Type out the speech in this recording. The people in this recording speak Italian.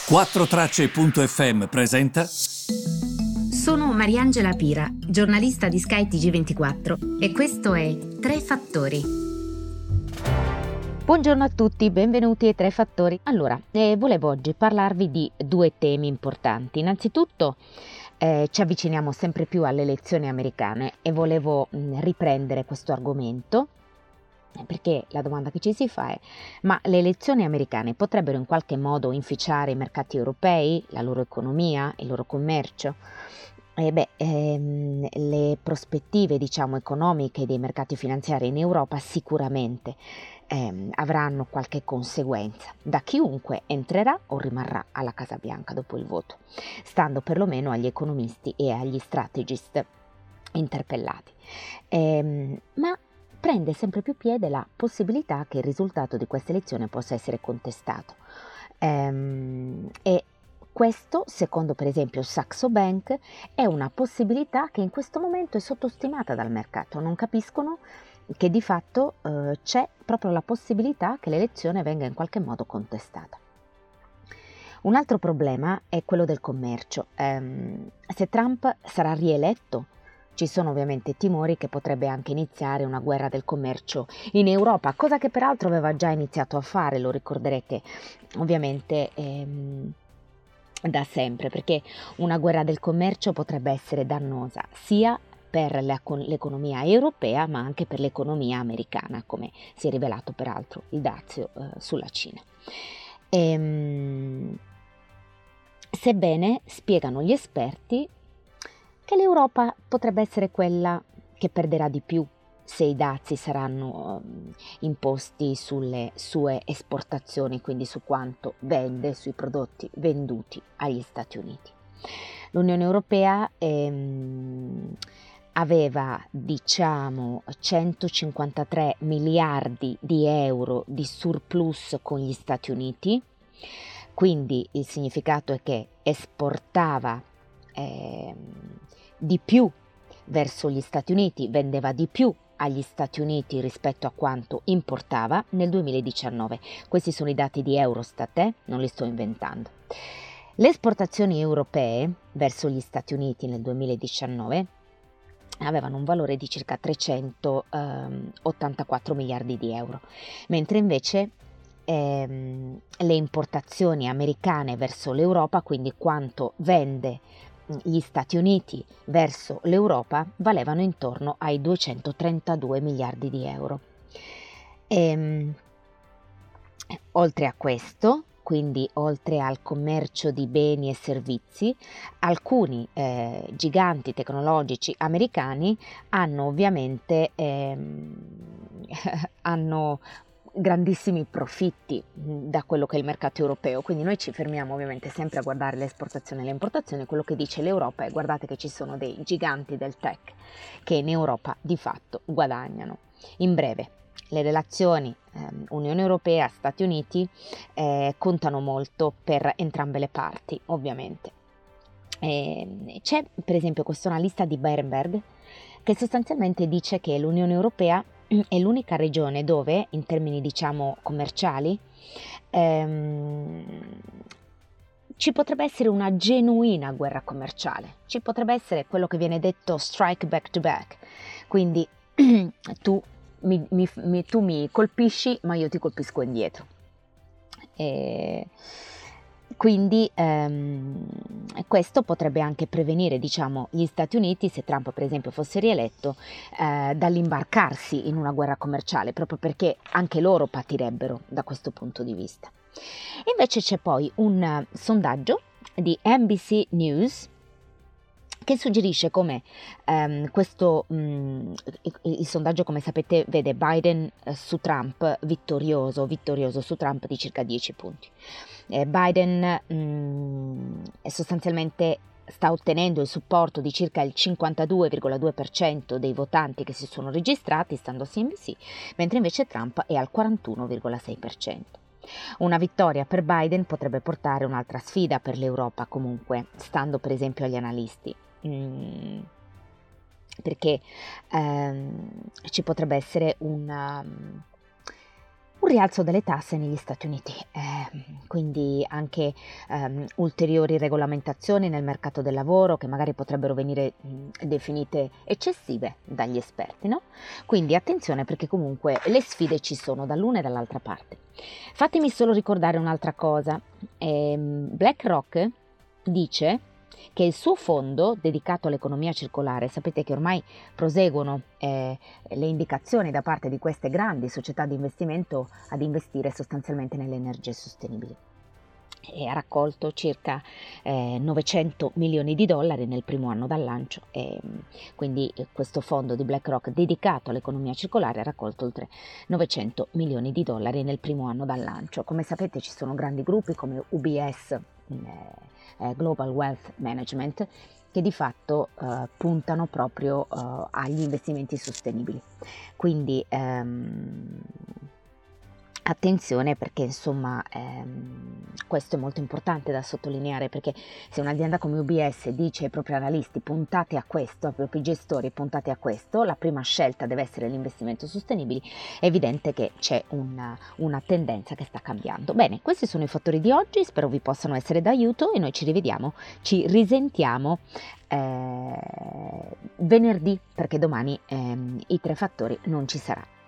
4Tracce.fm presenta. Sono Mariangela Pira, giornalista di Sky TG24 e questo è Tre Fattori. Buongiorno a tutti, benvenuti ai Tre Fattori. Allora, volevo oggi parlarvi di due temi importanti. Innanzitutto ci avviciniamo sempre più alle elezioni americane e volevo riprendere questo argomento perché la domanda che ci si fa è: ma le elezioni americane potrebbero in qualche modo inficiare i mercati europei, la loro economia, il loro commercio? Le prospettive, economiche dei mercati finanziari in Europa sicuramente avranno qualche conseguenza da chiunque entrerà o rimarrà alla Casa Bianca dopo il voto, stando perlomeno agli economisti e agli strategist interpellati. Ma prende sempre più piede la possibilità che il risultato di questa elezione possa essere contestato. E questo, secondo per esempio Saxo Bank, è una possibilità che in questo momento è sottostimata dal mercato. Non capiscono che di fatto c'è proprio la possibilità che l'elezione venga in qualche modo contestata. Un altro problema è quello del commercio. Se Trump sarà rieletto, ci sono ovviamente timori che potrebbe anche iniziare una guerra del commercio in Europa, cosa che peraltro aveva già iniziato a fare, lo ricorderete ovviamente da sempre, perché una guerra del commercio potrebbe essere dannosa sia per l'economia europea ma anche per l'economia americana, come si è rivelato peraltro il dazio sulla Cina. Sebbene spiegano gli esperti che l'Europa potrebbe essere quella che perderà di più se i dazi saranno imposti sulle sue esportazioni, quindi su quanto vende, sui prodotti venduti agli Stati Uniti. L'Unione Europea aveva 153 miliardi di euro di surplus con gli Stati Uniti, quindi il significato è che esportava di più verso gli Stati Uniti, vendeva di più agli Stati Uniti rispetto a quanto importava nel 2019. Questi sono i dati di Eurostat, non li sto inventando. Le esportazioni europee verso gli Stati Uniti nel 2019 avevano un valore di circa 384 miliardi di euro, mentre invece le importazioni americane verso l'Europa, quindi quanto vende gli Stati Uniti verso l'Europa, valevano intorno ai 232 miliardi di euro. Oltre a questo, quindi oltre al commercio di beni e servizi, alcuni giganti tecnologici americani hanno ovviamente hanno grandissimi profitti da quello che è il mercato europeo, quindi noi ci fermiamo ovviamente sempre a guardare le esportazioni e le importazioni. Quello che dice l'Europa è: guardate che ci sono dei giganti del tech che in Europa di fatto guadagnano. In breve, le relazioni Unione Europea, Stati Uniti contano molto per entrambe le parti, ovviamente. C'è per esempio questo analista di Berenberg che sostanzialmente dice che l'Unione Europea è l'unica regione dove, in termini commerciali, ci potrebbe essere una genuina guerra commerciale, ci potrebbe essere quello che viene detto strike back to back, quindi tu mi colpisci ma io ti colpisco indietro. Quindi questo potrebbe anche prevenire gli Stati Uniti, se Trump per esempio fosse rieletto, dall'imbarcarsi in una guerra commerciale, proprio perché anche loro patirebbero da questo punto di vista. Invece c'è poi un sondaggio di NBC News che suggerisce come il sondaggio, come sapete, vede Biden su Trump vittorioso su Trump di circa 10 punti. Biden sostanzialmente sta ottenendo il supporto di circa il 52,2% dei votanti che si sono registrati, stando a CNBC, mentre invece Trump è al 41,6%. Una vittoria per Biden potrebbe portare un'altra sfida per l'Europa, comunque, stando per esempio agli analisti. Perché ci potrebbe essere un un rialzo delle tasse negli Stati Uniti, quindi anche ulteriori regolamentazioni nel mercato del lavoro che magari potrebbero venire definite eccessive dagli esperti, no? Quindi attenzione, perché comunque le sfide ci sono dall'una e dall'altra parte. Fatemi solo ricordare un'altra cosa. BlackRock dice che il suo fondo dedicato all'economia circolare, sapete che ormai proseguono le indicazioni da parte di queste grandi società di investimento ad investire sostanzialmente nelle energie sostenibili, e ha raccolto circa 900 milioni di dollari nel primo anno dal lancio, e quindi questo fondo di BlackRock dedicato all'economia circolare ha raccolto oltre 900 milioni di dollari nel primo anno dal lancio. Come sapete ci sono grandi gruppi come UBS, Global Wealth Management, che di fatto puntano proprio agli investimenti sostenibili. Quindi attenzione, perché insomma questo è molto importante da sottolineare, perché se un'azienda come UBS dice ai propri analisti puntate a questo, ai propri gestori puntate a questo, la prima scelta deve essere l'investimento sostenibile, è evidente che c'è una tendenza che sta cambiando. Bene, questi sono i fattori di oggi, spero vi possano essere d'aiuto e noi ci risentiamo venerdì, perché domani i tre fattori non ci sarà.